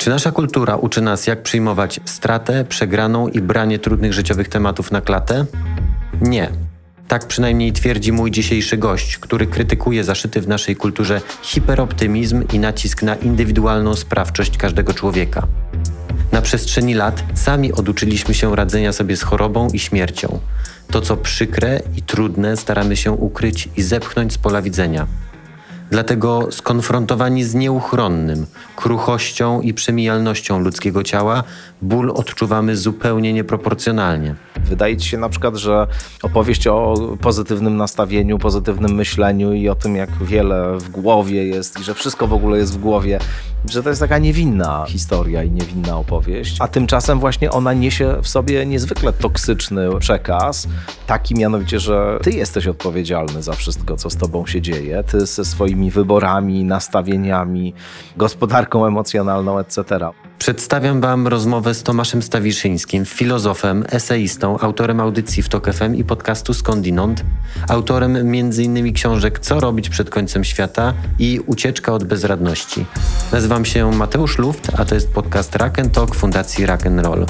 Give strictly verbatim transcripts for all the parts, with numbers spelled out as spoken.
Czy nasza kultura uczy nas, jak przyjmować stratę, przegraną i branie trudnych życiowych tematów na klatę? Nie. Tak przynajmniej twierdzi mój dzisiejszy gość, który krytykuje zaszyty w naszej kulturze hiperoptymizm i nacisk na indywidualną sprawczość każdego człowieka. Na przestrzeni lat sami oduczyliśmy się radzenia sobie z chorobą i śmiercią. To, co przykre i trudne, staramy się ukryć i zepchnąć z pola widzenia. Dlatego skonfrontowani z nieuchronnym, kruchością i przemijalnością ludzkiego ciała, ból odczuwamy zupełnie nieproporcjonalnie. Wydaje ci się na przykład, że opowieść o pozytywnym nastawieniu, pozytywnym myśleniu i o tym, jak wiele w głowie jest i że wszystko w ogóle jest w głowie, że to jest taka niewinna historia i niewinna opowieść, a tymczasem właśnie ona niesie w sobie niezwykle toksyczny przekaz, taki mianowicie, że ty jesteś odpowiedzialny za wszystko, co z tobą się dzieje, ty ze swoimi wyborami, nastawieniami, gospodarką emocjonalną, et cetera. Przedstawiam wam rozmowę z Tomaszem Stawiszyńskim, filozofem, eseistą, autorem audycji w Tok F M i podcastu Skądinąd, autorem między innymi książek Co robić przed końcem świata i Ucieczka od bezradności. Nazywam się Mateusz Luft, a to jest podcast Rock and Talk Fundacji Rock and Roll.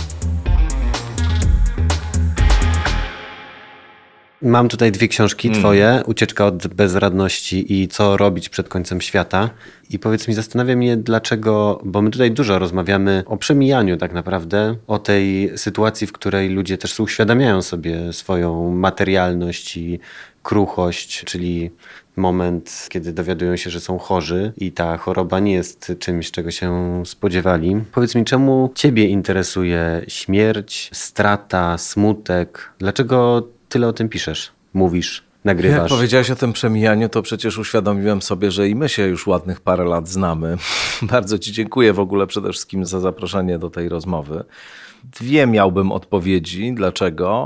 Mam tutaj dwie książki mm. twoje, Ucieczka od bezradności i Co robić przed końcem świata. I powiedz mi, zastanawia mnie dlaczego, bo my tutaj dużo rozmawiamy o przemijaniu tak naprawdę, o tej sytuacji, w której ludzie też uświadamiają sobie swoją materialność i kruchość, czyli moment, kiedy dowiadują się, że są chorzy i ta choroba nie jest czymś, czego się spodziewali. Powiedz mi, czemu ciebie interesuje śmierć, strata, smutek? Dlaczego tyle o tym piszesz, mówisz, nagrywasz? Jak powiedziałeś o tym przemijaniu, to przecież uświadomiłem sobie, że i my się już ładnych parę lat znamy. Bardzo ci dziękuję w ogóle przede wszystkim za zaproszenie do tej rozmowy. Dwie miałbym odpowiedzi, dlaczego.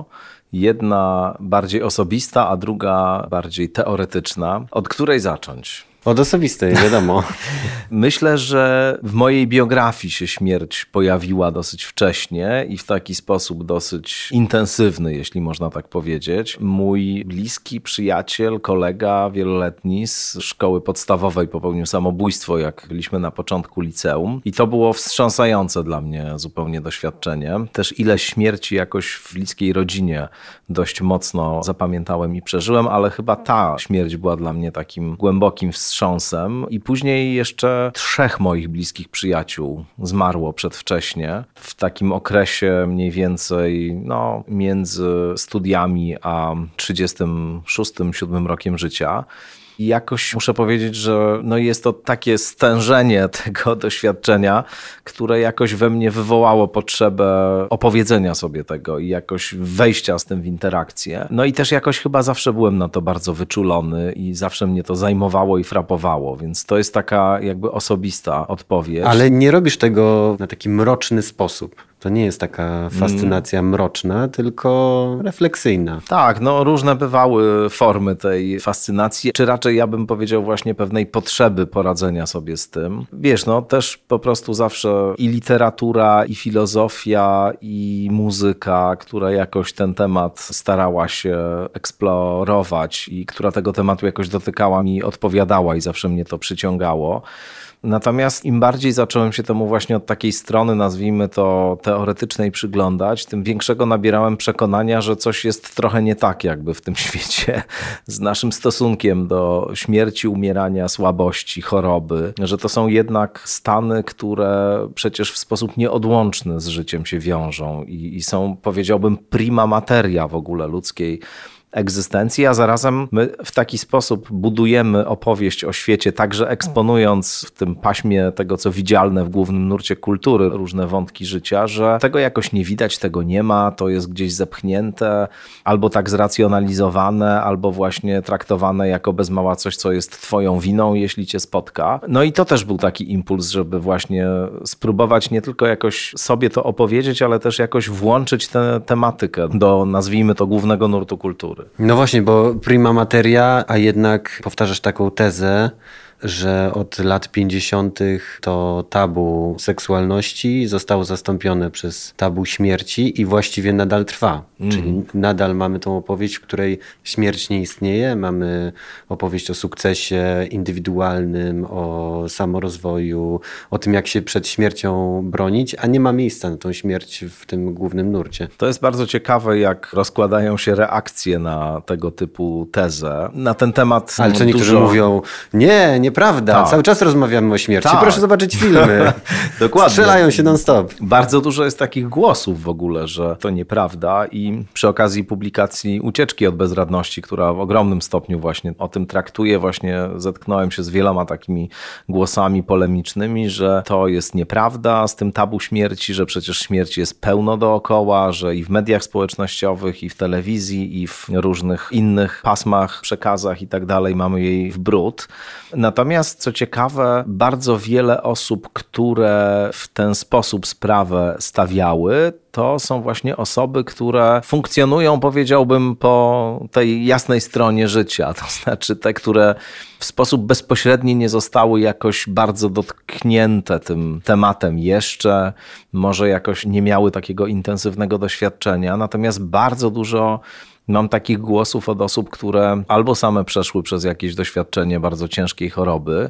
Jedna bardziej osobista, a druga bardziej teoretyczna. Od której zacząć? Od osobistej, wiadomo. Myślę, że w mojej biografii się śmierć pojawiła dosyć wcześnie i w taki sposób dosyć intensywny, jeśli można tak powiedzieć. Mój bliski przyjaciel, kolega wieloletni z szkoły podstawowej popełnił samobójstwo, jak byliśmy na początku liceum. I to było wstrząsające dla mnie zupełnie doświadczenie. Też ile śmierci jakoś w bliskiej rodzinie dość mocno zapamiętałem i przeżyłem, ale chyba ta śmierć była dla mnie takim głębokim wstrząsem. I później jeszcze trzech moich bliskich przyjaciół zmarło przedwcześnie. W takim okresie mniej więcej no, między studiami a trzydziestym szóstym, siódmym rokiem życia. I jakoś muszę powiedzieć, że no jest to takie stężenie tego doświadczenia, które jakoś we mnie wywołało potrzebę opowiedzenia sobie tego i jakoś wejścia z tym w interakcję. No i też jakoś chyba zawsze byłem na to bardzo wyczulony i zawsze mnie to zajmowało i frapowało, więc to jest taka jakby osobista odpowiedź. Ale nie robisz tego na taki mroczny sposób. To nie jest taka fascynacja mroczna, tylko refleksyjna. Tak, no różne bywały formy tej fascynacji, czy raczej ja bym powiedział właśnie pewnej potrzeby poradzenia sobie z tym. Wiesz, no też po prostu zawsze i literatura, i filozofia, i muzyka, która jakoś ten temat starała się eksplorować i która tego tematu jakoś dotykała, mi odpowiadała i zawsze mnie to przyciągało. Natomiast im bardziej zacząłem się temu właśnie od takiej strony, nazwijmy to teoretycznej, przyglądać, tym większego nabierałem przekonania, że coś jest trochę nie tak jakby w tym świecie z naszym stosunkiem do śmierci, umierania, słabości, choroby, że to są jednak stany, które przecież w sposób nieodłączny z życiem się wiążą i, i są, powiedziałbym, prima materia w ogóle ludzkiej egzystencji, a zarazem my w taki sposób budujemy opowieść o świecie, także eksponując w tym paśmie tego, co widzialne w głównym nurcie kultury, różne wątki życia, że tego jakoś nie widać, tego nie ma, to jest gdzieś zepchnięte, albo tak zracjonalizowane, albo właśnie traktowane jako bez mała coś, co jest twoją winą, jeśli cię spotka. No i to też był taki impuls, żeby właśnie spróbować nie tylko jakoś sobie to opowiedzieć, ale też jakoś włączyć tę tematykę do, nazwijmy to, głównego nurtu kultury. No właśnie, bo prima materia, a jednak powtarzasz taką tezę, że od lat pięćdziesiątych to tabu seksualności zostało zastąpione przez tabu śmierci i właściwie nadal trwa. Mm. Czyli nadal mamy tą opowieść, w której śmierć nie istnieje. Mamy opowieść o sukcesie indywidualnym, o samorozwoju, o tym, jak się przed śmiercią bronić, a nie ma miejsca na tą śmierć w tym głównym nurcie. To jest bardzo ciekawe, jak rozkładają się reakcje na tego typu tezę. Na ten temat Ale co niektórzy dużo... mówią, nie, nieprawda, tak. Cały czas rozmawiamy o śmierci. Tak. Proszę zobaczyć filmy. Dokładnie. Strzelają się non-stop. Bardzo dużo jest takich głosów w ogóle, że to nieprawda i przy okazji publikacji Ucieczki od bezradności, która w ogromnym stopniu właśnie o tym traktuje, właśnie zetknąłem się z wieloma takimi głosami polemicznymi, że to jest nieprawda z tym tabu śmierci, że przecież śmierci jest pełno dookoła, że i w mediach społecznościowych, i w telewizji, i w różnych innych pasmach, przekazach i tak dalej mamy jej w bród. Natomiast co ciekawe, bardzo wiele osób, które w ten sposób sprawę stawiały, to są właśnie osoby, które funkcjonują, powiedziałbym, po tej jasnej stronie życia. To znaczy te, które w sposób bezpośredni nie zostały jakoś bardzo dotknięte tym tematem jeszcze, może jakoś nie miały takiego intensywnego doświadczenia. Natomiast bardzo dużo mam takich głosów od osób, które albo same przeszły przez jakieś doświadczenie bardzo ciężkiej choroby,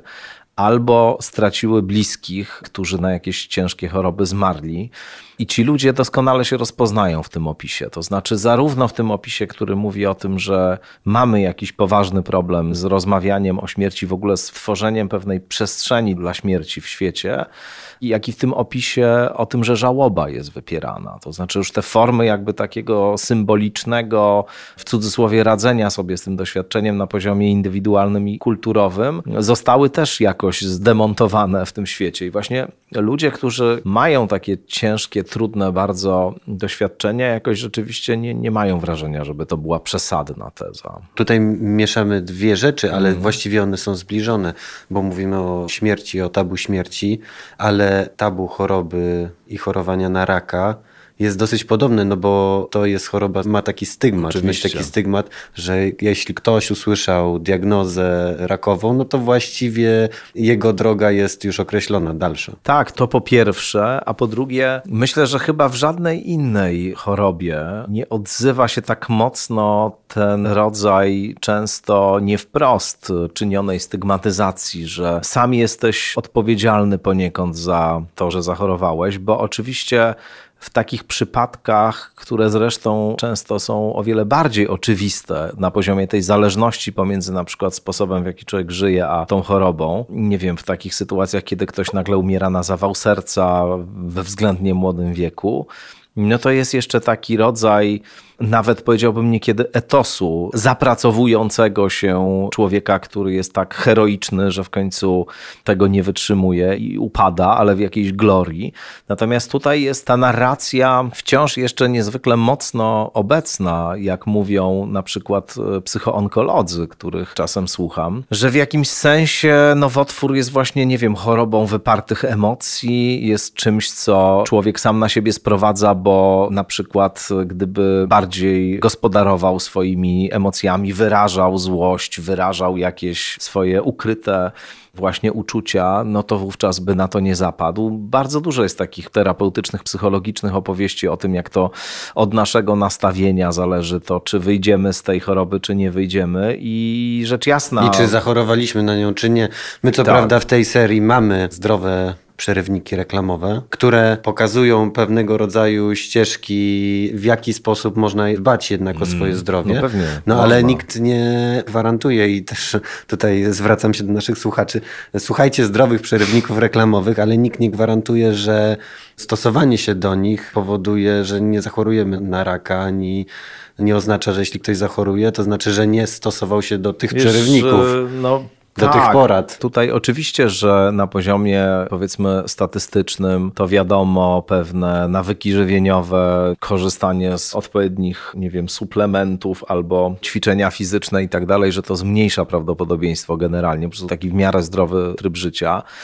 albo straciły bliskich, którzy na jakieś ciężkie choroby zmarli. I ci ludzie doskonale się rozpoznają w tym opisie. To znaczy zarówno w tym opisie, który mówi o tym, że mamy jakiś poważny problem z rozmawianiem o śmierci, w ogóle z tworzeniem pewnej przestrzeni dla śmierci w świecie, jak i w tym opisie o tym, że żałoba jest wypierana. To znaczy już te formy jakby takiego symbolicznego, w cudzysłowie, radzenia sobie z tym doświadczeniem na poziomie indywidualnym i kulturowym zostały też jakoś zdemontowane w tym świecie. I właśnie ludzie, którzy mają takie ciężkie, trudne bardzo doświadczenia, jakoś rzeczywiście nie, nie mają wrażenia, żeby to była przesadna teza. Tutaj mieszamy dwie rzeczy, ale mm. właściwie one są zbliżone, bo mówimy o śmierci, o tabu śmierci, ale tabu choroby i chorowania na raka jest dosyć podobne, no bo to jest choroba, ma taki stygmat. Oczywiście. Taki stygmat, że jeśli ktoś usłyszał diagnozę rakową, no to właściwie jego droga jest już określona, dalsza. Tak, to po pierwsze, a po drugie myślę, że chyba w żadnej innej chorobie nie odzywa się tak mocno ten rodzaj często nie wprost czynionej stygmatyzacji, że sam jesteś odpowiedzialny poniekąd za to, że zachorowałeś, bo oczywiście w takich przypadkach, które zresztą często są o wiele bardziej oczywiste na poziomie tej zależności pomiędzy na przykład sposobem, w jaki człowiek żyje, a tą chorobą. Nie wiem, w takich sytuacjach, kiedy ktoś nagle umiera na zawał serca we względnie młodym wieku, no to jest jeszcze taki rodzaj, nawet powiedziałbym niekiedy etosu zapracowującego się człowieka, który jest tak heroiczny, że w końcu tego nie wytrzymuje i upada, ale w jakiejś glorii. Natomiast tutaj jest ta narracja wciąż jeszcze niezwykle mocno obecna, jak mówią na przykład psychoonkolodzy, których czasem słucham, że w jakimś sensie nowotwór jest właśnie, nie wiem, chorobą wypartych emocji, jest czymś, co człowiek sam na siebie sprowadza, bo na przykład gdyby bardziej bardziej gospodarował swoimi emocjami, wyrażał złość, wyrażał jakieś swoje ukryte właśnie uczucia, no to wówczas by na to nie zapadł. Bardzo dużo jest takich terapeutycznych, psychologicznych opowieści o tym, jak to od naszego nastawienia zależy to, czy wyjdziemy z tej choroby, czy nie wyjdziemy i rzecz jasna... I czy zachorowaliśmy na nią, czy nie. My co tak. prawda w tej serii mamy zdrowe przerywniki reklamowe, które pokazują pewnego rodzaju ścieżki, w jaki sposób można dbać jednak o swoje zdrowie. No pewnie. No ale nikt nie gwarantuje i też tutaj zwracam się do naszych słuchaczy. Słuchajcie zdrowych przerywników reklamowych, ale nikt nie gwarantuje, że stosowanie się do nich powoduje, że nie zachorujemy na raka, ani nie oznacza, że jeśli ktoś zachoruje, to znaczy, że nie stosował się do tych Wiesz, przerywników. No... Do tak, tych porad. Tutaj oczywiście, że na poziomie powiedzmy statystycznym to wiadomo, pewne nawyki żywieniowe, korzystanie z odpowiednich, nie wiem, suplementów albo ćwiczenia fizyczne i tak dalej, że to zmniejsza prawdopodobieństwo generalnie, po prostu taki w miarę zdrowy tryb życia.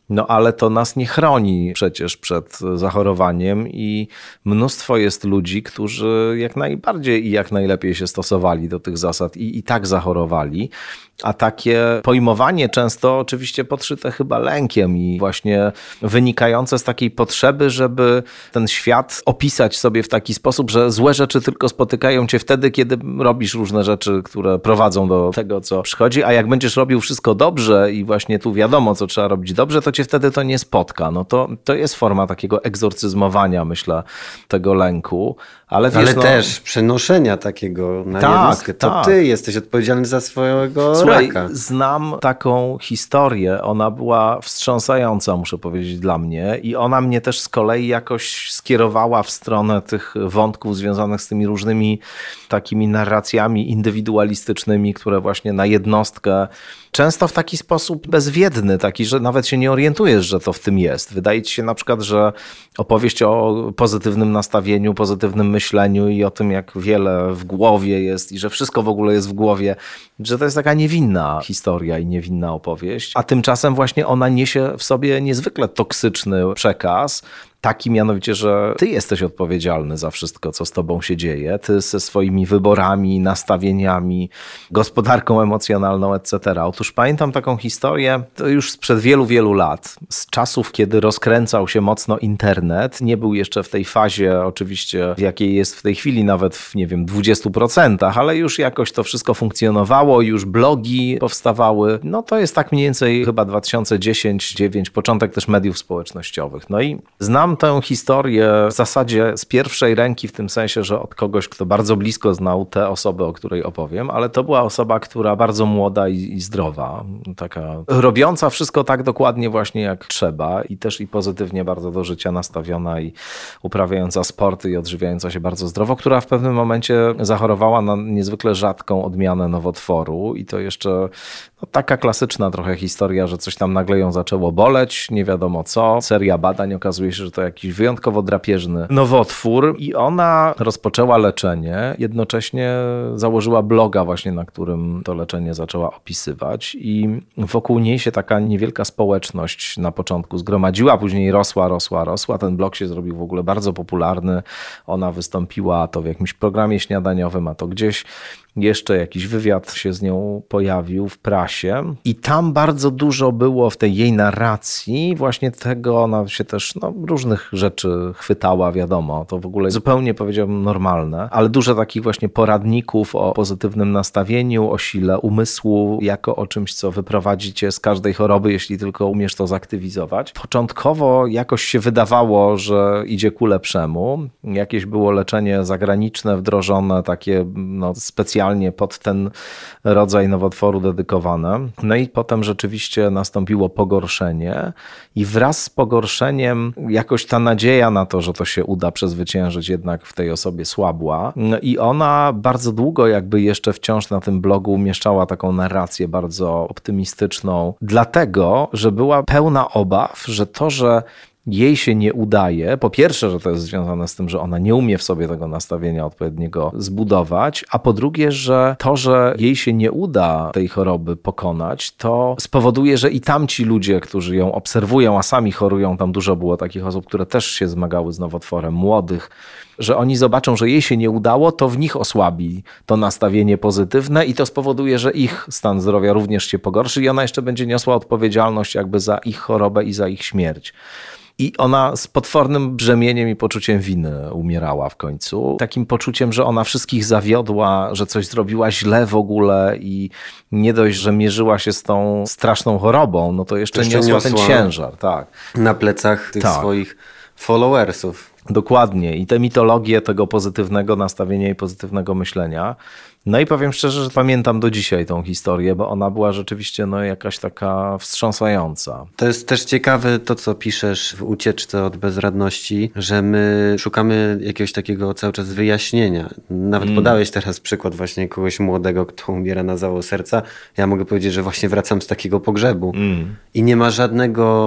No ale to nas nie chroni przecież przed zachorowaniem i mnóstwo jest ludzi, którzy jak najbardziej i jak najlepiej się stosowali do tych zasad i, i tak zachorowali. A takie pojmowanie często oczywiście podszyte chyba lękiem i właśnie wynikające z takiej potrzeby, żeby ten świat opisać sobie w taki sposób, że złe rzeczy tylko spotykają cię wtedy, kiedy robisz różne rzeczy, które prowadzą do tego, co przychodzi, a jak będziesz robił wszystko dobrze i właśnie tu wiadomo, co trzeba robić dobrze, to cię wtedy to nie spotka. No to, to jest forma takiego egzorcyzmowania, myślę, tego lęku. Ale, wiesz, ale no, też przenoszenia takiego na tak, jednostkę. To tak. ty jesteś odpowiedzialny za swojego Słuchaj, raka. znam taką historię, ona była wstrząsająca, muszę powiedzieć, dla mnie i ona mnie też z kolei jakoś skierowała w stronę tych wątków związanych z tymi różnymi takimi narracjami indywidualistycznymi, które właśnie na jednostkę często w taki sposób bezwiedny, taki, że nawet się nie orientujesz, że to w tym jest. Wydaje ci się na przykład, że opowieść o pozytywnym nastawieniu, pozytywnym myśleniu i o tym, jak wiele w głowie jest i że wszystko w ogóle jest w głowie, że to jest taka niewinna historia i niewinna opowieść, a tymczasem właśnie ona niesie w sobie niezwykle toksyczny przekaz, taki mianowicie, że ty jesteś odpowiedzialny za wszystko, co z tobą się dzieje. Ty ze swoimi wyborami, nastawieniami, gospodarką emocjonalną, et cetera. Otóż pamiętam taką historię, to już sprzed wielu, wielu lat, z czasów, kiedy rozkręcał się mocno internet. Nie był jeszcze w tej fazie oczywiście, w jakiej jest w tej chwili, nawet w, nie wiem, dwudziestu procentach, ale już jakoś to wszystko funkcjonowało, już blogi powstawały. No to jest tak mniej więcej chyba dwa tysiące dziesiąty, dwa tysiące dziewiąty, początek też mediów społecznościowych. No i znam tę historię w zasadzie z pierwszej ręki, w tym sensie, że od kogoś, kto bardzo blisko znał tę osobę, o której opowiem, ale to była osoba, która bardzo młoda i, i zdrowa, taka robiąca wszystko tak dokładnie właśnie jak trzeba i też i pozytywnie bardzo do życia nastawiona i uprawiająca sporty i odżywiająca się bardzo zdrowo, która w pewnym momencie zachorowała na niezwykle rzadką odmianę nowotworu i to jeszcze no, taka klasyczna trochę historia, że coś tam nagle ją zaczęło boleć, nie wiadomo co, seria badań, okazuje się, że to jakiś wyjątkowo drapieżny nowotwór i ona rozpoczęła leczenie, jednocześnie założyła bloga właśnie, na którym to leczenie zaczęła opisywać i wokół niej się taka niewielka społeczność na początku zgromadziła, później rosła, rosła, rosła. Ten blog się zrobił w ogóle bardzo popularny. Ona wystąpiła to w jakimś programie śniadaniowym, a to gdzieś jeszcze jakiś wywiad się z nią pojawił w prasie i tam bardzo dużo było w tej jej narracji właśnie tego, ona się też no, różnych rzeczy chwytała, wiadomo, to w ogóle zupełnie powiedziałbym normalne, ale dużo takich właśnie poradników o pozytywnym nastawieniu, o sile umysłu, jako o czymś, co wyprowadzi cię z każdej choroby, jeśli tylko umiesz to zaktywizować. Początkowo jakoś się wydawało, że idzie ku lepszemu. Jakieś było leczenie zagraniczne wdrożone, takie no, specjalne pod ten rodzaj nowotworu dedykowane. No i potem rzeczywiście nastąpiło pogorszenie i wraz z pogorszeniem jakoś ta nadzieja na to, że to się uda przezwyciężyć, jednak w tej osobie słabła. No i ona bardzo długo jakby jeszcze wciąż na tym blogu umieszczała taką narrację bardzo optymistyczną, dlatego, że była pełna obaw, że to, że jej się nie udaje, po pierwsze, że to jest związane z tym, że ona nie umie w sobie tego nastawienia odpowiedniego zbudować, a po drugie, że to, że jej się nie uda tej choroby pokonać, to spowoduje, że i tamci ludzie, którzy ją obserwują, a sami chorują, tam dużo było takich osób, które też się zmagały z nowotworem, młodych, że oni zobaczą, że jej się nie udało, to w nich osłabi to nastawienie pozytywne i to spowoduje, że ich stan zdrowia również się pogorszy i ona jeszcze będzie niosła odpowiedzialność jakby za ich chorobę i za ich śmierć. I ona z potwornym brzemieniem i poczuciem winy umierała w końcu. Takim poczuciem, że ona wszystkich zawiodła, że coś zrobiła źle w ogóle i nie dość, że mierzyła się z tą straszną chorobą, no to jeszcze, jeszcze niosła ten ciężar. Tak. Na plecach tych tak. swoich followersów. Dokładnie. I te mitologie tego pozytywnego nastawienia i pozytywnego myślenia. No i powiem szczerze, że pamiętam do dzisiaj tą historię, bo ona była rzeczywiście no, jakaś taka wstrząsająca. To jest też ciekawe to, co piszesz w Ucieczce od bezradności, że my szukamy jakiegoś takiego cały czas wyjaśnienia. Nawet mm. podałeś teraz przykład właśnie kogoś młodego, kto umiera na zawał serca. Ja mogę powiedzieć, że właśnie wracam z takiego pogrzebu. Mm. I nie ma żadnego...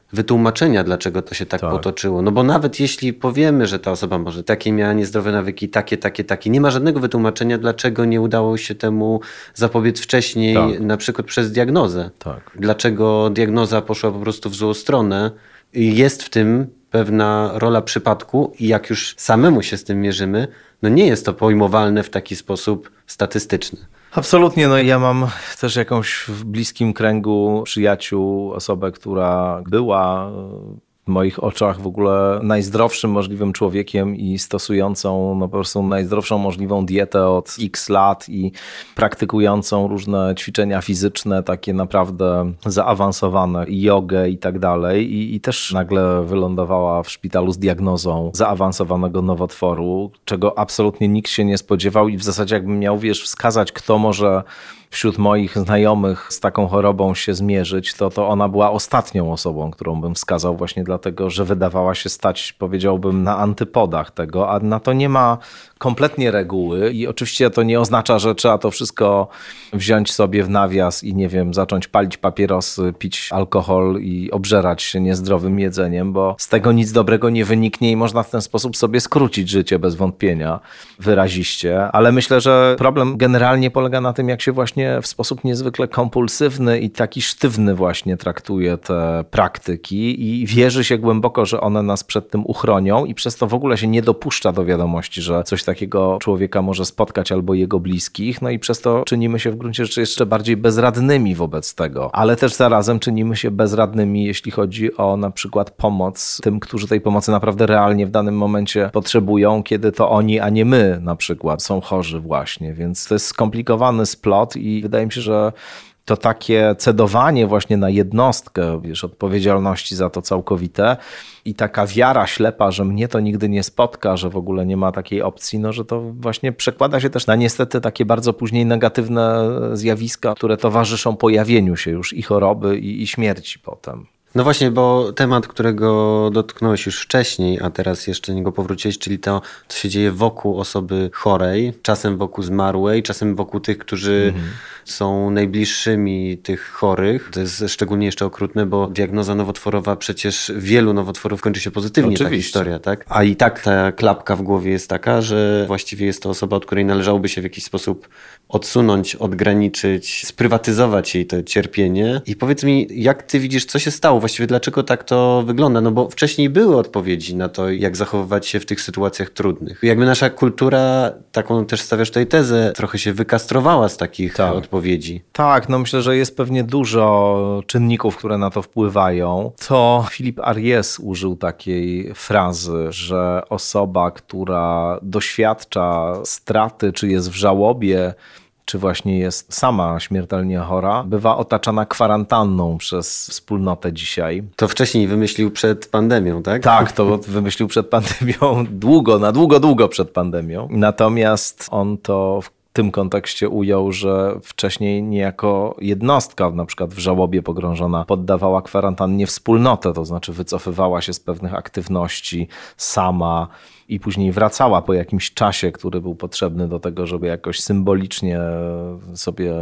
wytłumaczenia, dlaczego to się tak, tak potoczyło. No bo nawet jeśli powiemy, że ta osoba może takie miała niezdrowe nawyki, takie, takie, takie, nie ma żadnego wytłumaczenia, dlaczego nie udało się temu zapobiec wcześniej, tak. na przykład przez diagnozę. Tak. Dlaczego diagnoza poszła po prostu w złą stronę. Jest w tym pewna rola przypadku i jak już samemu się z tym mierzymy, no nie jest to pojmowalne w taki sposób statystyczny. Absolutnie, no ja mam też jakąś w bliskim kręgu przyjaciół osobę, która była w moich oczach w ogóle najzdrowszym możliwym człowiekiem i stosującą no po prostu najzdrowszą możliwą dietę od x lat i praktykującą różne ćwiczenia fizyczne, takie naprawdę zaawansowane, jogę i tak dalej. I, i też nagle wylądowała w szpitalu z diagnozą zaawansowanego nowotworu, czego absolutnie nikt się nie spodziewał i w zasadzie jakbym miał, wiesz, wskazać, kto może wśród moich znajomych z taką chorobą się zmierzyć, to, to ona była ostatnią osobą, którą bym wskazał właśnie dlatego, że wydawała się stać, powiedziałbym, na antypodach tego, a na to nie ma kompletnie reguły i oczywiście to nie oznacza, że trzeba to wszystko wziąć sobie w nawias i nie wiem, zacząć palić papierosy, pić alkohol i obżerać się niezdrowym jedzeniem, bo z tego nic dobrego nie wyniknie i można w ten sposób sobie skrócić życie bez wątpienia wyraziście, ale myślę, że problem generalnie polega na tym, jak się właśnie w sposób niezwykle kompulsywny i taki sztywny właśnie traktuje te praktyki i wierzy się głęboko, że one nas przed tym uchronią i przez to w ogóle się nie dopuszcza do wiadomości, że coś takiego człowieka może spotkać albo jego bliskich, no i przez to czynimy się w gruncie rzeczy jeszcze bardziej bezradnymi wobec tego, ale też zarazem czynimy się bezradnymi, jeśli chodzi o na przykład pomoc tym, którzy tej pomocy naprawdę realnie w danym momencie potrzebują, kiedy to oni, a nie my na przykład są chorzy właśnie, więc to jest skomplikowany splot i wydaje mi się, że to takie cedowanie właśnie na jednostkę, wiesz, odpowiedzialności za to całkowite i taka wiara ślepa, że mnie to nigdy nie spotka, że w ogóle nie ma takiej opcji, no że to właśnie przekłada się też na niestety takie bardzo później negatywne zjawiska, które towarzyszą pojawieniu się już i choroby i, i śmierci potem. No właśnie, bo temat, którego dotknąłeś już wcześniej, a teraz jeszcze niego powróciłeś, czyli to, co się dzieje wokół osoby chorej, czasem wokół zmarłej, czasem wokół tych, którzy mhm. są najbliższymi tych chorych. To jest szczególnie jeszcze okrutne, bo diagnoza nowotworowa przecież wielu nowotworów kończy się pozytywnie, ta historia, tak? A i tak ta klapka w głowie jest taka, że właściwie jest to osoba, od której należałoby się w jakiś sposób odsunąć, odgraniczyć, sprywatyzować jej to cierpienie. I powiedz mi, jak ty widzisz, co się stało? Właściwie dlaczego tak to wygląda? No bo wcześniej były odpowiedzi na to, jak zachowywać się w tych sytuacjach trudnych. Jakby nasza kultura, taką też stawiasz tutaj tezę, trochę się wykastrowała z takich tak. odpowiedzi. Tak, no myślę, że jest pewnie dużo czynników, które na to wpływają. To Philippe Ariès użył takiej frazy, że osoba, która doświadcza straty, czy jest w żałobie, czy właśnie jest sama śmiertelnie chora, bywa otaczana kwarantanną przez wspólnotę dzisiaj. To wcześniej wymyślił przed pandemią, tak? Tak, to wymyślił przed pandemią długo, na długo, długo przed pandemią. Natomiast on to w tym kontekście ujął, że wcześniej niejako jednostka, na przykład w żałobie pogrążona, poddawała kwarantannie wspólnotę, to znaczy wycofywała się z pewnych aktywności sama i później wracała po jakimś czasie, który był potrzebny do tego, żeby jakoś symbolicznie sobie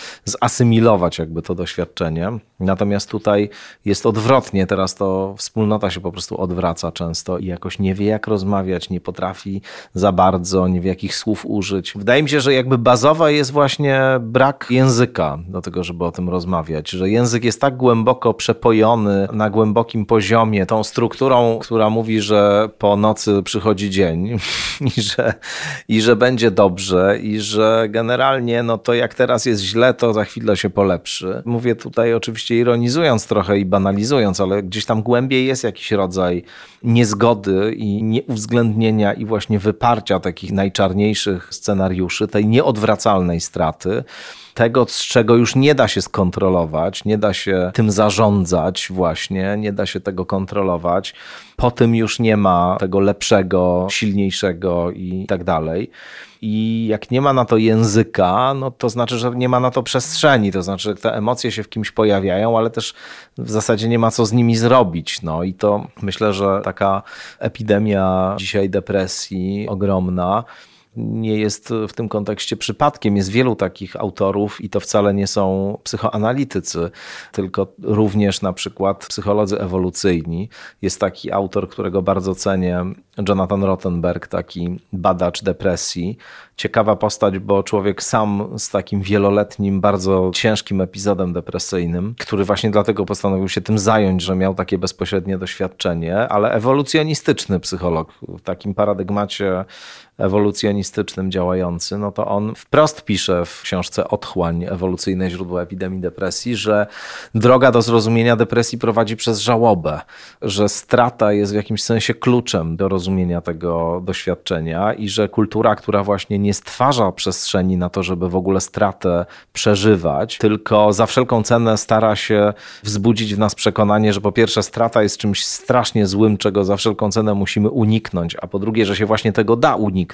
zasymilować jakby to doświadczenie. Natomiast tutaj jest odwrotnie, teraz to wspólnota się po prostu odwraca często i jakoś nie wie, jak rozmawiać, nie potrafi za bardzo, nie wie, jakich słów użyć. Wydaje mi się, że jakby bazowa jest właśnie brak języka do tego, żeby o tym rozmawiać, że język jest tak głęboko przepojony na głębokim poziomie tą strukturą, która mówi, że po nocy przychodzi dzień i że, i że będzie dobrze i że generalnie no to jak teraz jest źle, to za chwilę się polepszy. Mówię tutaj oczywiście ironizując trochę i banalizując, ale gdzieś tam głębiej jest jakiś rodzaj niezgody i nieuwzględnienia i właśnie wyparcia takich najczarniejszych scenariuszy, tej nieodwracalnej straty, tego, z czego już nie da się skontrolować, nie da się tym zarządzać właśnie, nie da się tego kontrolować. Po tym już nie ma tego lepszego, silniejszego i tak dalej. I jak nie ma na to języka, no to znaczy, że nie ma na to przestrzeni, to znaczy, że te emocje się w kimś pojawiają, ale też w zasadzie nie ma co z nimi zrobić. No i to myślę, że taka epidemia dzisiaj depresji ogromna nie jest w tym kontekście przypadkiem. Jest wielu takich autorów i to wcale nie są psychoanalitycy, tylko również na przykład psycholodzy ewolucyjni. Jest taki autor, którego bardzo cenię, Jonathan Rothenberg, taki badacz depresji. Ciekawa postać, bo człowiek sam z takim wieloletnim, bardzo ciężkim epizodem depresyjnym, który właśnie dlatego postanowił się tym zająć, że miał takie bezpośrednie doświadczenie, ale ewolucjonistyczny psycholog w takim paradygmacie ewolucjonistycznym działający, no to on wprost pisze w książce Otchłań, ewolucyjne źródła epidemii depresji, że droga do zrozumienia depresji prowadzi przez żałobę, że strata jest w jakimś sensie kluczem do rozumienia tego doświadczenia i że kultura, która właśnie nie stwarza przestrzeni na to, żeby w ogóle stratę przeżywać, tylko za wszelką cenę stara się wzbudzić w nas przekonanie, że po pierwsze strata jest czymś strasznie złym, czego za wszelką cenę musimy uniknąć, a po drugie, że się właśnie tego da uniknąć,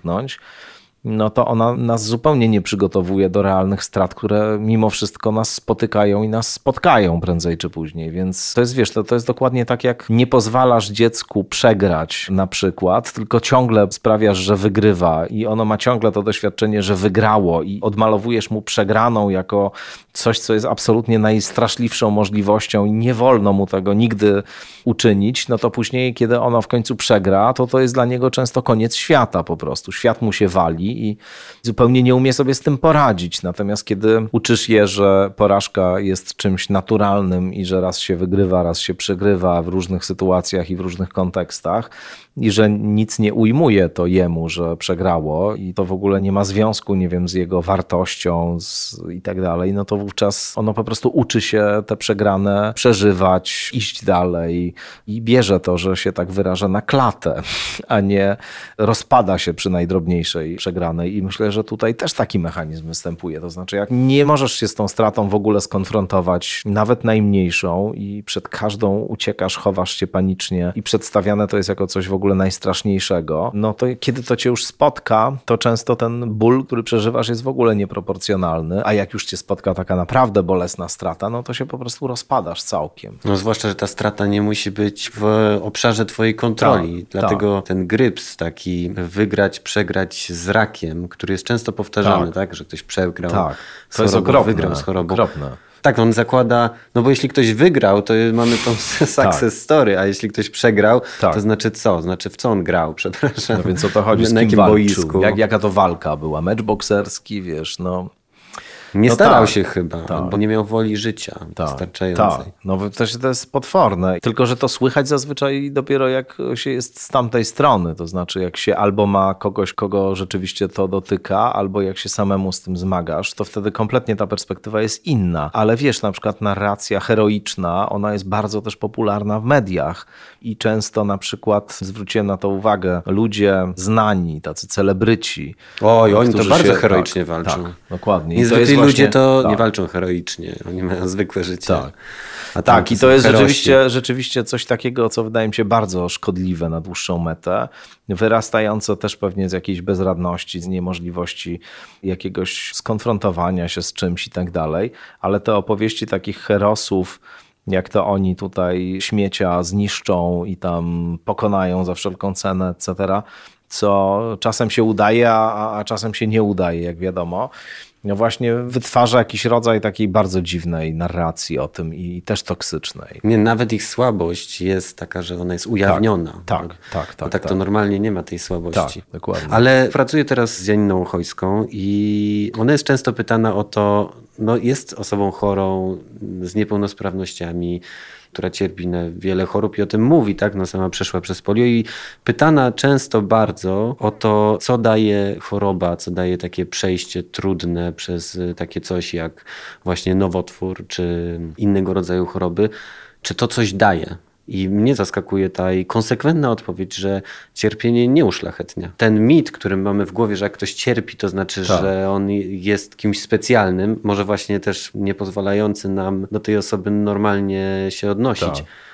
no to ona nas zupełnie nie przygotowuje do realnych strat, które mimo wszystko nas spotykają i nas spotkają prędzej czy później. Więc to jest, wiesz, to, to jest dokładnie tak, jak nie pozwalasz dziecku przegrać na przykład, tylko ciągle sprawiasz, że wygrywa i ono ma ciągle to doświadczenie, że wygrało i odmalowujesz mu przegraną jako coś, co jest absolutnie najstraszliwszą możliwością i nie wolno mu tego nigdy uczynić, no to później, kiedy ono w końcu przegra, to to jest dla niego często koniec świata po prostu. Świat mu się wali i zupełnie nie umie sobie z tym poradzić. Natomiast kiedy uczysz je, że porażka jest czymś naturalnym i że raz się wygrywa, raz się przegrywa w różnych sytuacjach i w różnych kontekstach i że nic nie ujmuje to jemu, że przegrało i to w ogóle nie ma związku, nie wiem, z jego wartością z, i tak dalej, no to wówczas ono po prostu uczy się te przegrane przeżywać, iść dalej i bierze to, że się tak wyraża, na klatę, a nie rozpada się przy najdrobniejszej przegranej. I myślę, że tutaj też taki mechanizm występuje. To znaczy, jak nie możesz się z tą stratą w ogóle skonfrontować, nawet najmniejszą, i przed każdą uciekasz, chowasz się panicznie i przedstawiane to jest jako coś w ogóle najstraszniejszego, no to kiedy to cię już spotka, to często ten ból, który przeżywasz, jest w ogóle nieproporcjonalny, a jak już cię spotka taka naprawdę bolesna strata, no to się po prostu rozpadasz całkiem. No zwłaszcza, że ta strata nie musi być w obszarze twojej kontroli. Tak, Dlatego tak. ten gryps taki wygrać, przegrać z rakiem, który jest często powtarzany, tak, tak? Że ktoś przegrał tak. z To jest chorobą, okropne, wygrał z chorobą. okropne. Tak, on zakłada, no bo jeśli ktoś wygrał, to mamy tą success tak. story, a jeśli ktoś przegrał, tak. to znaczy co? Znaczy w co on grał, przepraszam. No więc o to chodzi, z na kim jakim walczył, boisku. Jak, jaka to walka była, mecz bokserski, wiesz, no... Nie no starał tak, się chyba, tak. bo nie miał woli życia tak, wystarczającej. Tak, no to, to jest potworne. Tylko że to słychać zazwyczaj dopiero jak się jest z tamtej strony. To znaczy jak się albo ma kogoś, kogo rzeczywiście to dotyka, albo jak się samemu z tym zmagasz, to wtedy kompletnie ta perspektywa jest inna. Ale wiesz, na przykład narracja heroiczna, ona jest bardzo też popularna w mediach i często na przykład, zwróciłem na to uwagę, ludzie znani, tacy celebryci. Oj, oni to bardzo się, heroicznie tak, walczą. Tak, dokładnie. I to jest ludzie właśnie, to tak. nie walczą heroicznie, oni mają zwykłe życie. Tak, a tak i to jest herości. rzeczywiście, rzeczywiście coś takiego, co wydaje mi się bardzo szkodliwe na dłuższą metę, wyrastające też pewnie z jakiejś bezradności, z niemożliwości jakiegoś skonfrontowania się z czymś i tak dalej, ale te opowieści takich herosów, jak to oni tutaj śmiecia zniszczą i tam pokonają za wszelką cenę, et cetera, co czasem się udaje, a, a czasem się nie udaje, jak wiadomo. No właśnie wytwarza jakiś rodzaj takiej bardzo dziwnej narracji o tym i też toksycznej. Nie, nawet ich słabość jest taka, że ona jest ujawniona. Tak, tak, tak. Bo tak, tak to tak. normalnie nie ma tej słabości. Tak, dokładnie. Ale pracuję teraz z Janiną Chojską i ona jest często pytana o to, no jest osobą chorą, z niepełnosprawnościami, która cierpi na wiele chorób i o tym mówi, tak? No sama przeszła przez polio i pytana często bardzo o to, co daje choroba, co daje takie przejście trudne przez takie coś jak właśnie nowotwór czy innego rodzaju choroby. Czy to coś daje? I mnie zaskakuje ta jej konsekwentna odpowiedź, że cierpienie nie uszlachetnia. Ten mit, który mamy w głowie, że jak ktoś cierpi, to znaczy, tak. że on jest kimś specjalnym, może właśnie też nie pozwalający nam do tej osoby normalnie się odnosić. Tak.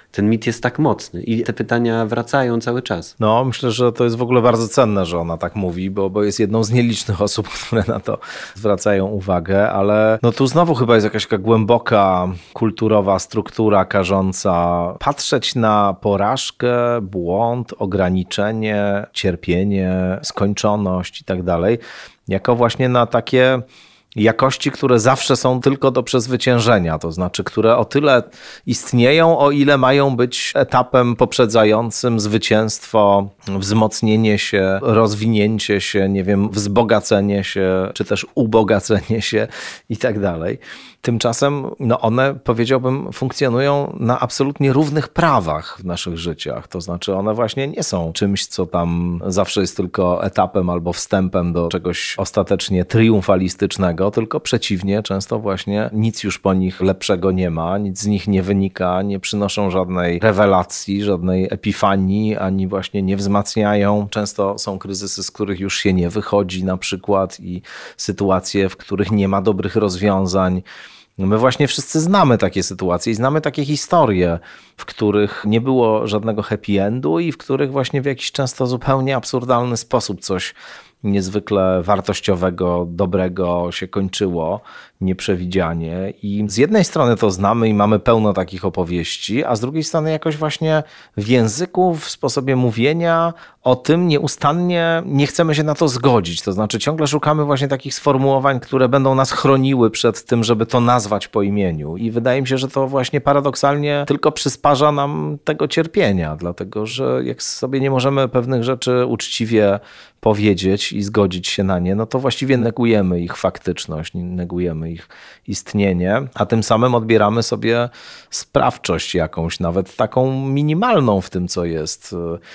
ten mit jest tak mocny i te pytania wracają cały czas. No, myślę, że to jest w ogóle bardzo cenne, że ona tak mówi, bo, bo jest jedną z nielicznych osób, które na to zwracają uwagę, ale no tu znowu chyba jest jakaś taka głęboka kulturowa struktura każąca patrzeć na porażkę, błąd, ograniczenie, cierpienie, skończoność i tak dalej, jako właśnie na takie jakości, które zawsze są tylko do przezwyciężenia, to znaczy, które o tyle istnieją, o ile mają być etapem poprzedzającym zwycięstwo, wzmocnienie się, rozwinięcie się, nie wiem, wzbogacenie się, czy też ubogacenie się i tak dalej. Tymczasem no one, powiedziałbym, funkcjonują na absolutnie równych prawach w naszych życiach. To znaczy one właśnie nie są czymś, co tam zawsze jest tylko etapem albo wstępem do czegoś ostatecznie triumfalistycznego, tylko przeciwnie, często właśnie nic już po nich lepszego nie ma, nic z nich nie wynika, nie przynoszą żadnej rewelacji, żadnej epifanii, ani właśnie nie wzmacniają. Często są kryzysy, z których już się nie wychodzi na przykład i sytuacje, w których nie ma dobrych rozwiązań. My właśnie wszyscy znamy takie sytuacje i znamy takie historie, w których nie było żadnego happy endu i w których właśnie w jakiś często zupełnie absurdalny sposób coś niezwykle wartościowego, dobrego się kończyło nieprzewidzianie. I z jednej strony to znamy i mamy pełno takich opowieści, a z drugiej strony jakoś właśnie w języku, w sposobie mówienia o tym nieustannie nie chcemy się na to zgodzić. To znaczy ciągle szukamy właśnie takich sformułowań, które będą nas chroniły przed tym, żeby to nazwać po imieniu. I wydaje mi się, że to właśnie paradoksalnie tylko przysparza nam tego cierpienia, dlatego że jak sobie nie możemy pewnych rzeczy uczciwie powiedzieć i zgodzić się na nie, no to właściwie negujemy ich faktyczność, negujemy ich istnienie, a tym samym odbieramy sobie sprawczość jakąś, nawet taką minimalną w tym, co jest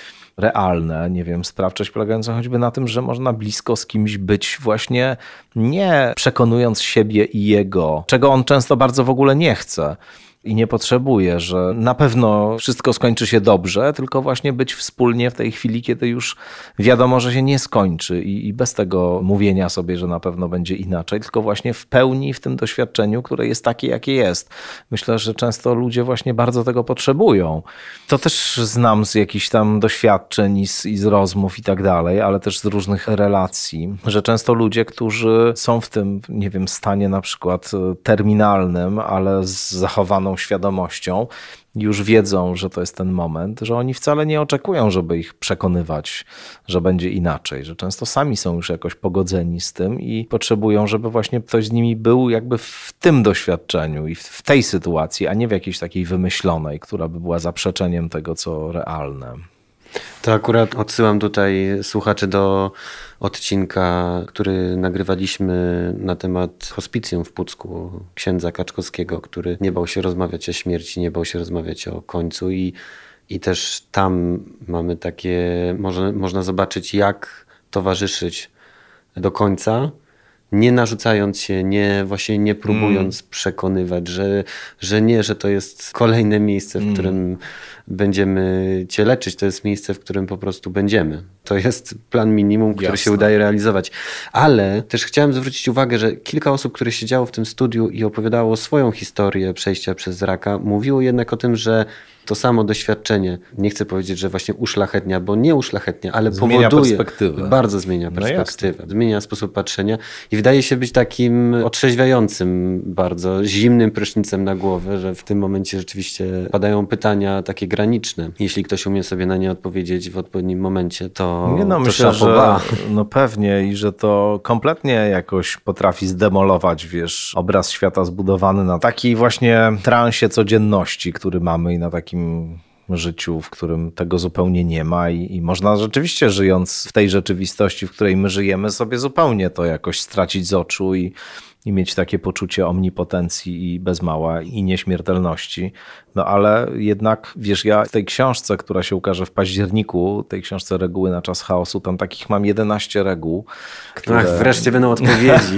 realne, nie wiem, sprawczość polegająca choćby na tym, że można blisko z kimś być właśnie nie przekonując siebie i jego, czego on często bardzo w ogóle nie chce i nie potrzebuje, że na pewno wszystko skończy się dobrze, tylko właśnie być wspólnie w tej chwili, kiedy już wiadomo, że się nie skończy i, i bez tego mówienia sobie, że na pewno będzie inaczej, tylko właśnie w pełni w tym doświadczeniu, które jest takie, jakie jest. Myślę, że często ludzie właśnie bardzo tego potrzebują. To też znam z jakichś tam doświadczeń i z, i z rozmów i tak dalej, ale też z różnych relacji, że często ludzie, którzy są w tym, nie wiem, stanie na przykład terminalnym, ale z zachowaną świadomością, już wiedzą, że to jest ten moment, że oni wcale nie oczekują, żeby ich przekonywać, że będzie inaczej, że często sami są już jakoś pogodzeni z tym i potrzebują, żeby właśnie ktoś z nimi był jakby w tym doświadczeniu i w tej sytuacji, a nie w jakiejś takiej wymyślonej, która by była zaprzeczeniem tego, co realne. To akurat odsyłam tutaj słuchaczy do odcinka, który nagrywaliśmy na temat hospicjum w Pucku księdza Kaczkowskiego, który nie bał się rozmawiać o śmierci, nie bał się rozmawiać o końcu i, i też tam mamy takie, może, można zobaczyć, jak towarzyszyć do końca, nie narzucając się, nie, właśnie nie próbując mm. przekonywać, że, że nie, że to jest kolejne miejsce, w mm. którym będziemy cię leczyć. To jest miejsce, w którym po prostu będziemy. To jest plan minimum, który Jasne. się udaje realizować. Ale też chciałem zwrócić uwagę, że kilka osób, które siedziało w tym studiu i opowiadało swoją historię przejścia przez raka, mówiło jednak o tym, że to samo doświadczenie, nie chcę powiedzieć, że właśnie uszlachetnia, bo nie uszlachetnia, ale zmienia powoduje, perspektywę. bardzo zmienia perspektywę, no zmienia sposób patrzenia i wydaje się być takim otrzeźwiającym bardzo, zimnym prysznicem na głowę, że w tym momencie rzeczywiście padają pytania takie graniczne. Jeśli ktoś umie sobie na nie odpowiedzieć w odpowiednim momencie, to Nie no, to myślę, że no pewnie i że to kompletnie jakoś potrafi zdemolować, wiesz, obraz świata zbudowany na takiej właśnie transie codzienności, który mamy i na takim życiu, w którym tego zupełnie nie ma i, i można rzeczywiście, żyjąc w tej rzeczywistości, w której my żyjemy, sobie zupełnie to jakoś stracić z oczu i, i mieć takie poczucie omnipotencji i bez mała i nieśmiertelności. No ale jednak, wiesz, ja w tej książce, która się ukaże w październiku, tej książce Reguły na czas chaosu, tam takich mam jedenaście reguł. Które... Ach, wreszcie będą odpowiedzi.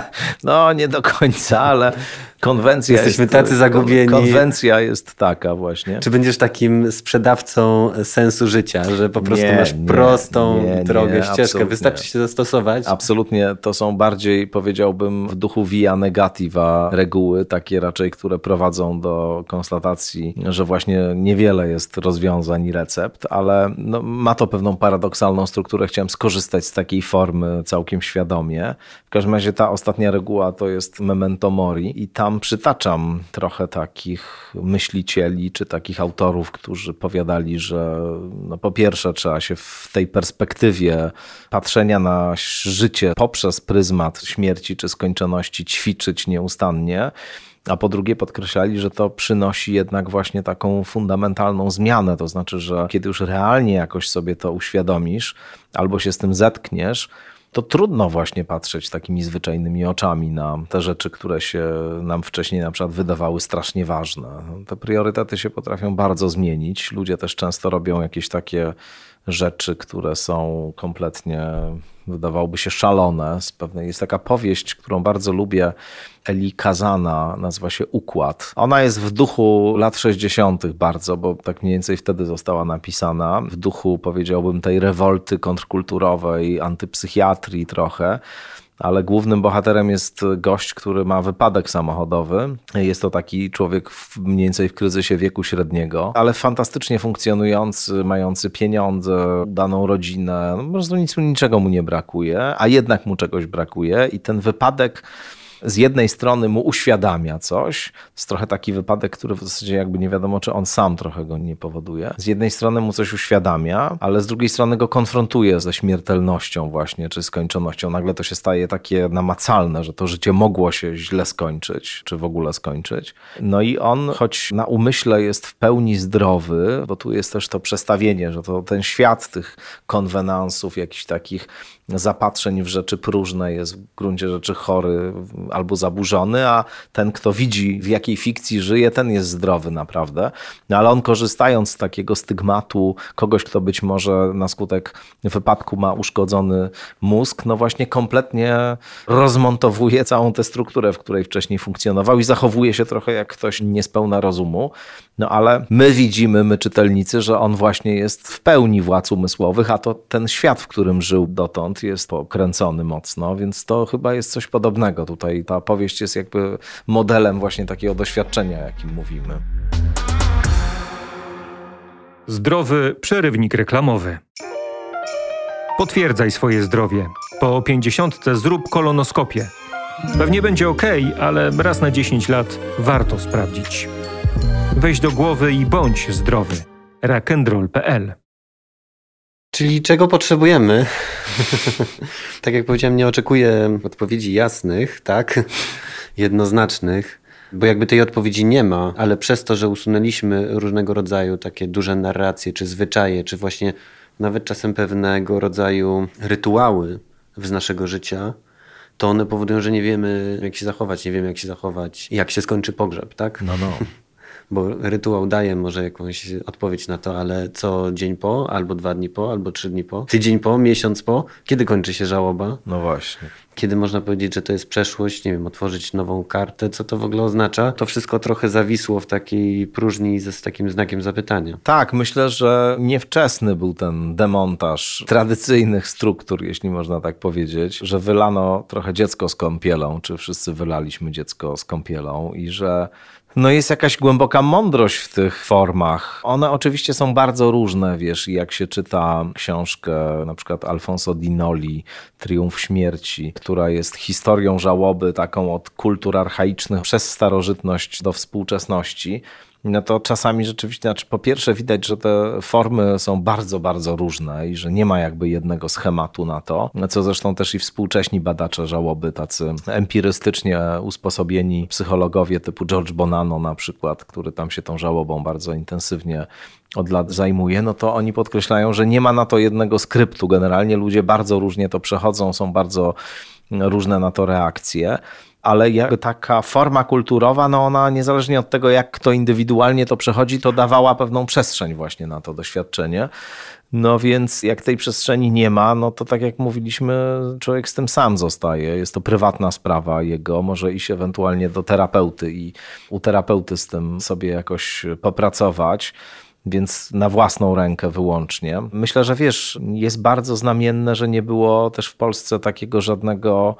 No nie do końca, ale konwencja Jesteśmy jest... tacy zagubieni. Konwencja jest taka właśnie. Czy będziesz takim sprzedawcą sensu życia, że po prostu nie, masz nie, prostą nie, drogę, nie, ścieżkę, absolutnie. Wystarczy się zastosować? Absolutnie, to są bardziej, powiedziałbym, w duchu duchu via negativa reguły, takie raczej, które prowadzą do konstatacji, że właśnie niewiele jest rozwiązań i recept, ale no, ma to pewną paradoksalną strukturę. Chciałem skorzystać z takiej formy całkiem świadomie. W każdym razie ta ostatnia reguła to jest Memento Mori i tam przytaczam trochę takich myślicieli czy takich autorów, którzy powiadali, że no, po pierwsze trzeba się w tej perspektywie patrzenia na życie poprzez pryzmat śmierci czy skończoności ćwiczyć nieustannie, a po drugie podkreślali, że to przynosi jednak właśnie taką fundamentalną zmianę, to znaczy, że kiedy już realnie jakoś sobie to uświadomisz albo się z tym zetkniesz, to trudno właśnie patrzeć takimi zwyczajnymi oczami na te rzeczy, które się nam wcześniej na przykład wydawały strasznie ważne. Te priorytety się potrafią bardzo zmienić. Ludzie też często robią jakieś takie rzeczy, które są kompletnie, wydawałoby się, szalone. Z pewnej, jest taka powieść, którą bardzo lubię, Eli Kazana, nazywa się Układ. Ona jest w duchu lat sześćdziesiątych bardzo, bo tak mniej więcej wtedy została napisana. W duchu, powiedziałbym, tej rewolty kontrkulturowej, antypsychiatrii trochę. Ale głównym bohaterem jest gość, który ma wypadek samochodowy. Jest to taki człowiek w, mniej więcej w kryzysie wieku średniego, ale fantastycznie funkcjonujący, mający pieniądze, daną rodzinę. No po prostu nic, niczego mu nie brakuje, a jednak mu czegoś brakuje i ten wypadek z jednej strony mu uświadamia coś, to jest trochę taki wypadek, który w zasadzie jakby nie wiadomo, czy on sam trochę go nie powoduje. Z jednej strony mu coś uświadamia, ale z drugiej strony go konfrontuje ze śmiertelnością właśnie, czy skończonością. Nagle to się staje takie namacalne, że to życie mogło się źle skończyć, czy w ogóle skończyć. No i on, choć na umyśle jest w pełni zdrowy, bo tu jest też to przestawienie, że to ten świat tych konwenansów, jakichś takich zapatrzeń w rzeczy próżne jest w gruncie rzeczy chory albo zaburzony, a ten, kto widzi, w jakiej fikcji żyje, ten jest zdrowy naprawdę. No ale on, korzystając z takiego stygmatu kogoś, kto być może na skutek wypadku ma uszkodzony mózg, no właśnie kompletnie rozmontowuje całą tę strukturę, w której wcześniej funkcjonował i zachowuje się trochę jak ktoś niespełna rozumu. No ale my widzimy, my czytelnicy, że on właśnie jest w pełni władz umysłowych, a to ten świat, w którym żył dotąd, jest pokręcony mocno, więc to chyba jest coś podobnego tutaj. Ta powieść jest jakby modelem właśnie takiego doświadczenia, jakim mówimy. Zdrowy przerywnik reklamowy. Potwierdzaj swoje zdrowie. Po pięćdziesiątce zrób kolonoskopię. Pewnie będzie ok, ale raz na dziesięć lat warto sprawdzić. Weź do głowy i bądź zdrowy. rock'n'roll kropka p l. Czyli czego potrzebujemy? Tak jak powiedziałem, nie oczekuję odpowiedzi jasnych, tak? Jednoznacznych, bo jakby tej odpowiedzi nie ma, ale przez to, że usunęliśmy różnego rodzaju takie duże narracje, czy zwyczaje, czy właśnie nawet czasem pewnego rodzaju rytuały z naszego życia, to one powodują, że nie wiemy, jak się zachować, nie wiemy, jak się zachować, jak się skończy pogrzeb, tak? No, no. Bo rytuał daje może jakąś odpowiedź na to, ale co dzień po, albo dwa dni po, albo trzy dni po, tydzień po, miesiąc po, kiedy kończy się żałoba? No właśnie. Kiedy można powiedzieć, że to jest przeszłość, nie wiem, otworzyć nową kartę, co to w ogóle oznacza? To wszystko trochę zawisło w takiej próżni ze z takim znakiem zapytania. Tak, myślę, że niewczesny był ten demontaż tradycyjnych struktur, jeśli można tak powiedzieć, że wylano trochę dziecko z kąpielą, czy wszyscy wylaliśmy dziecko z kąpielą i że no jest jakaś głęboka mądrość w tych formach. One oczywiście są bardzo różne, wiesz, jak się czyta książkę na przykład Alfonso Di Noli, Triumf śmierci, która jest historią żałoby taką od kultur archaicznych przez starożytność do współczesności, no to czasami rzeczywiście, znaczy po pierwsze widać, że te formy są bardzo, bardzo różne i że nie ma jakby jednego schematu na to, co zresztą też i współcześni badacze żałoby, tacy empirystycznie usposobieni psychologowie typu George Bonanno na przykład, który tam się tą żałobą bardzo intensywnie od lat zajmuje, no to oni podkreślają, że nie ma na to jednego skryptu. Generalnie ludzie bardzo różnie to przechodzą, są bardzo różne na to reakcje. Ale jakby taka forma kulturowa, no ona niezależnie od tego, jak kto indywidualnie to przechodzi, to dawała pewną przestrzeń właśnie na to doświadczenie. No więc jak tej przestrzeni nie ma, no to tak jak mówiliśmy, człowiek z tym sam zostaje. Jest to prywatna sprawa jego, może iść ewentualnie do terapeuty i u terapeuty z tym sobie jakoś popracować. więc na własną rękę wyłącznie. Myślę, że wiesz, jest bardzo znamienne, że nie było też w Polsce takiego żadnego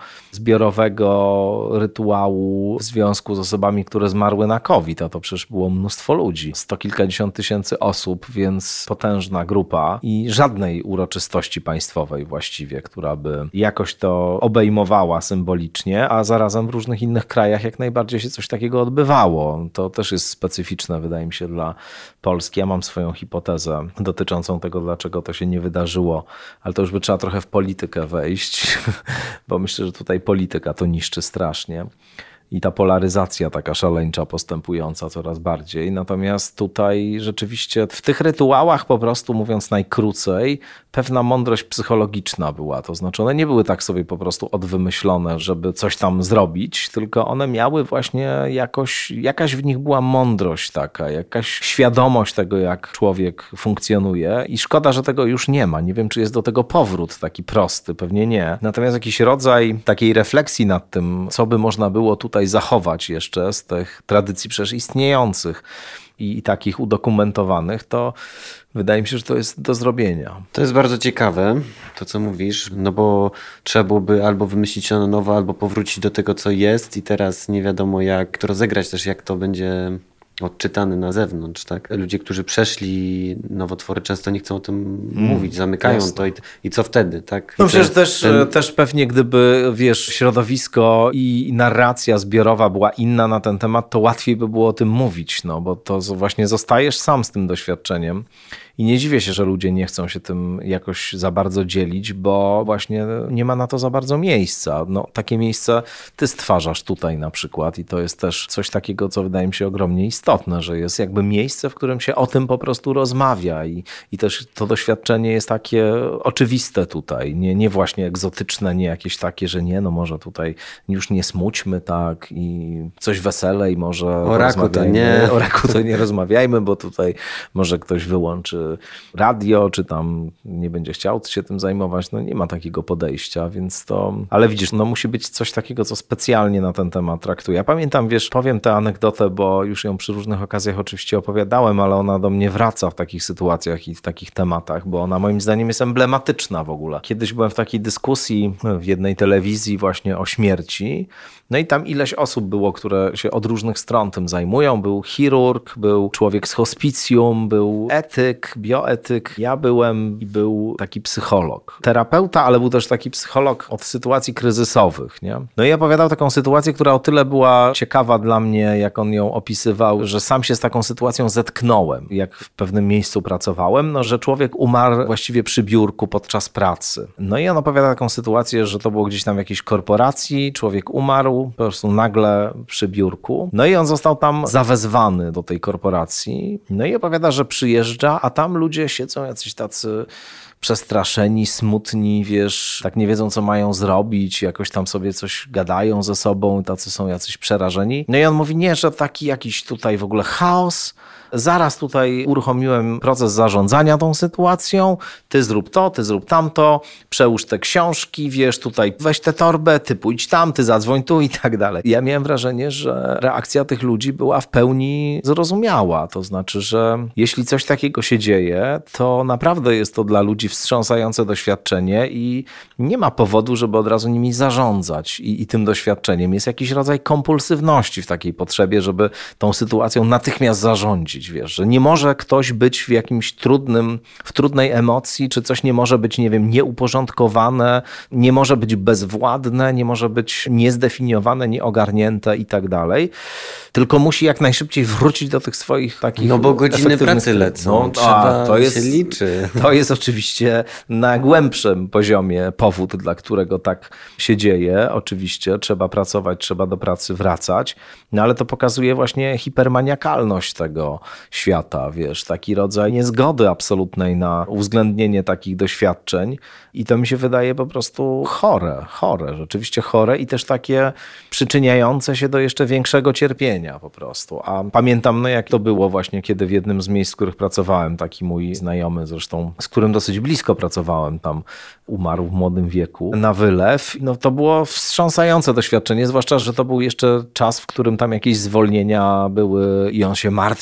zbiorowego rytuału w związku z osobami, które zmarły na COVID, a to przecież było mnóstwo ludzi, sto kilkadziesiąt tysięcy osób, więc potężna grupa i żadnej uroczystości państwowej właściwie, która by jakoś to obejmowała symbolicznie, a zarazem w różnych innych krajach jak najbardziej się coś takiego odbywało. To też jest specyficzne, wydaje mi się, dla Polski. Ja mam swoją hipotezę dotyczącą tego, dlaczego to się nie wydarzyło, ale to już by trzeba trochę w politykę wejść, bo myślę, że tutaj polityka to niszczy strasznie. I ta polaryzacja taka szaleńcza postępująca coraz bardziej. Natomiast tutaj rzeczywiście w tych rytuałach po prostu, mówiąc najkrócej, pewna mądrość psychologiczna była. To znaczy one nie były tak sobie po prostu odwymyślone, żeby coś tam zrobić, tylko one miały właśnie jakoś, jakaś w nich była mądrość taka, jakaś świadomość tego, jak człowiek funkcjonuje i szkoda, że tego już nie ma. Nie wiem, czy jest do tego powrót taki prosty, pewnie nie. Natomiast jakiś rodzaj takiej refleksji nad tym, co by można było tutaj zachować jeszcze z tych tradycji przecież istniejących i takich udokumentowanych, to wydaje mi się, że to jest do zrobienia. To jest bardzo ciekawe, to co mówisz, no bo trzeba byłoby albo wymyślić na nowo, albo powrócić do tego, co jest i teraz nie wiadomo jak to rozegrać też, jak to będzie odczytany na zewnątrz, tak? Ludzie, którzy przeszli nowotwory, często nie chcą o tym mm, mówić, zamykają jasne. to i, i co wtedy, tak? No przecież też, ten... też pewnie gdyby, wiesz, środowisko i narracja zbiorowa była inna na ten temat, to łatwiej by było o tym mówić, no bo to właśnie zostajesz sam z tym doświadczeniem i nie dziwię się, że ludzie nie chcą się tym jakoś za bardzo dzielić, bo właśnie nie ma na to za bardzo miejsca. No, takie miejsce ty stwarzasz tutaj na przykład i to jest też coś takiego, co wydaje mi się ogromnie istotne, że jest jakby miejsce, w którym się o tym po prostu rozmawia i, i też to doświadczenie jest takie oczywiste tutaj, nie, nie właśnie egzotyczne, nie jakieś takie, że nie, no może tutaj już nie smućmy tak i coś weselej może o raku to nie. O raku to nie rozmawiajmy, bo tutaj może ktoś wyłączy radio, czy tam nie będzie chciał się tym zajmować, no nie ma takiego podejścia, więc to... Ale widzisz, no musi być coś takiego, co specjalnie na ten temat traktuje. Ja pamiętam, wiesz, powiem tę anegdotę, bo już ją przy różnych okazjach oczywiście opowiadałem, ale ona do mnie wraca w takich sytuacjach i w takich tematach, bo ona moim zdaniem jest emblematyczna w ogóle. Kiedyś byłem w takiej dyskusji w jednej telewizji właśnie o śmierci, no i tam ileś osób było, które się od różnych stron tym zajmują. Był chirurg, był człowiek z hospicjum, był etyk, bioetyk. Ja byłem i był taki psycholog. Terapeuta, ale był też taki psycholog od sytuacji kryzysowych, nie? No i opowiadał taką sytuację, która o tyle była ciekawa dla mnie, jak on ją opisywał, że sam się z taką sytuacją zetknąłem, jak w pewnym miejscu pracowałem, no że człowiek umarł właściwie przy biurku podczas pracy. No i on opowiada taką sytuację, że to było gdzieś tam w jakiejś korporacji, człowiek umarł, po prostu nagle przy biurku. No i on został tam zawezwany do tej korporacji. No i opowiada, że przyjeżdża, a tam ludzie siedzą jacyś tacy przestraszeni, smutni, wiesz, tak nie wiedzą, co mają zrobić, jakoś tam sobie coś gadają ze sobą, tacy są jacyś przerażeni. No i on mówi, nie, że taki jakiś tutaj w ogóle chaos. Zaraz tutaj uruchomiłem proces zarządzania tą sytuacją, ty zrób to, ty zrób tamto, przełóż te książki, wiesz, tutaj weź tę torbę, ty pójdź tam, ty zadzwoń tu i tak dalej. Ja miałem wrażenie, że reakcja tych ludzi była w pełni zrozumiała, to znaczy, że jeśli coś takiego się dzieje, to naprawdę jest to dla ludzi wstrząsające doświadczenie i nie ma powodu, żeby od razu nimi zarządzać i, i tym doświadczeniem. Jest jakiś rodzaj kompulsywności w takiej potrzebie, żeby tą sytuacją natychmiast zarządzić. Wiesz, że nie może ktoś być w jakimś trudnym, w trudnej emocji, czy coś nie może być, nie wiem, nieuporządkowane, nie może być bezwładne, nie może być niezdefiniowane, nieogarnięte i tak dalej. Tylko musi jak najszybciej wrócić do tych swoich takich... No bo godziny pracy lecą, no, trzeba, a, to jest, się liczy. To jest oczywiście na głębszym poziomie powód, dla którego tak się dzieje. Oczywiście trzeba pracować, trzeba do pracy wracać, no ale to pokazuje właśnie hipermaniakalność tego świata, wiesz, taki rodzaj niezgody absolutnej na uwzględnienie takich doświadczeń i to mi się wydaje po prostu chore, chore, rzeczywiście chore i też takie przyczyniające się do jeszcze większego cierpienia po prostu. A pamiętam, no jak to było właśnie, kiedy w jednym z miejsc, w których pracowałem, taki mój znajomy zresztą, z którym dosyć blisko pracowałem, tam umarł w młodym wieku na wylew. No to było wstrząsające doświadczenie, zwłaszcza, że to był jeszcze czas, w którym tam jakieś zwolnienia były i on się martwił bardzo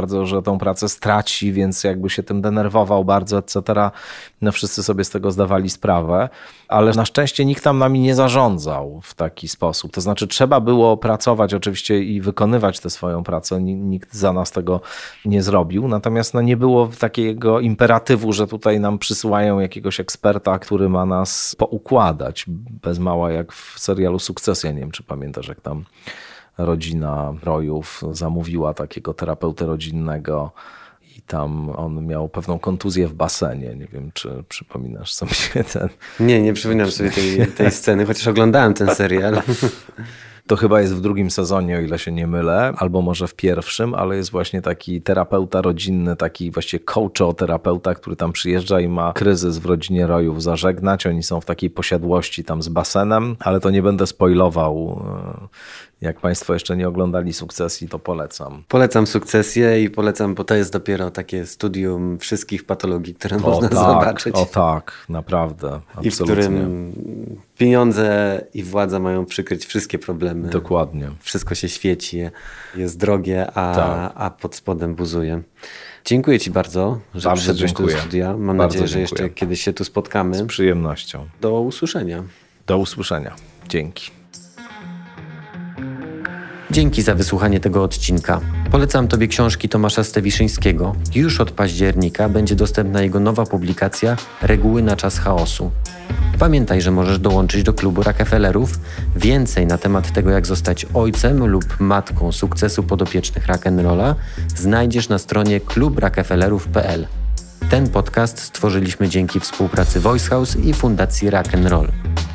bardzo, że tą pracę straci, więc jakby się tym denerwował bardzo, et cetera. No wszyscy sobie z tego zdawali sprawę, ale na szczęście nikt tam nami nie zarządzał w taki sposób. To znaczy trzeba było pracować oczywiście i wykonywać tę swoją pracę, nikt za nas tego nie zrobił, natomiast no, nie było takiego imperatywu, że tutaj nam przysyłają jakiegoś eksperta, który ma nas poukładać, bez mała jak w serialu Sukcesja, nie wiem czy pamiętasz, jak tam rodzina Rojów zamówiła takiego terapeutę rodzinnego i tam on miał pewną kontuzję w basenie. Nie wiem, czy przypominasz sobie ten... Nie, nie przypominam sobie tej, tej sceny, chociaż oglądałem ten serial. To chyba jest w drugim sezonie, o ile się nie mylę, albo może w pierwszym, ale jest właśnie taki terapeuta rodzinny, taki właściwie coacho-terapeuta, który tam przyjeżdża i ma kryzys w rodzinie Rojów zażegnać. Oni są w takiej posiadłości tam z basenem, ale to nie będę spoilował. Jak Państwo jeszcze nie oglądali Sukcesji, to polecam. Polecam Sukcesję i polecam, bo to jest dopiero takie studium wszystkich patologii, które o można tak, zobaczyć. O tak, naprawdę. Absolutnie. I w którym pieniądze i władza mają przykryć wszystkie problemy. Dokładnie. Wszystko się świeci, jest drogie, a, tak. a pod spodem buzuje. Dziękuję Ci bardzo, że bardzo przyszedłeś dziękuję. do studia. Mam bardzo nadzieję, że dziękuję. jeszcze kiedyś się tu spotkamy. Z przyjemnością. Do usłyszenia. Do usłyszenia. Dzięki. Dzięki za wysłuchanie tego odcinka. Polecam Tobie książki Tomasza Stewiszyńskiego. Już od października będzie dostępna jego nowa publikacja Reguły na czas chaosu. Pamiętaj, że możesz dołączyć do klubu Rockefellerów. Więcej na temat tego, jak zostać ojcem lub matką sukcesu podopiecznych rock'n'rolla znajdziesz na stronie klub rockefellerów kropka p l. Ten podcast stworzyliśmy dzięki współpracy Voice House i Fundacji Rock'n'Roll.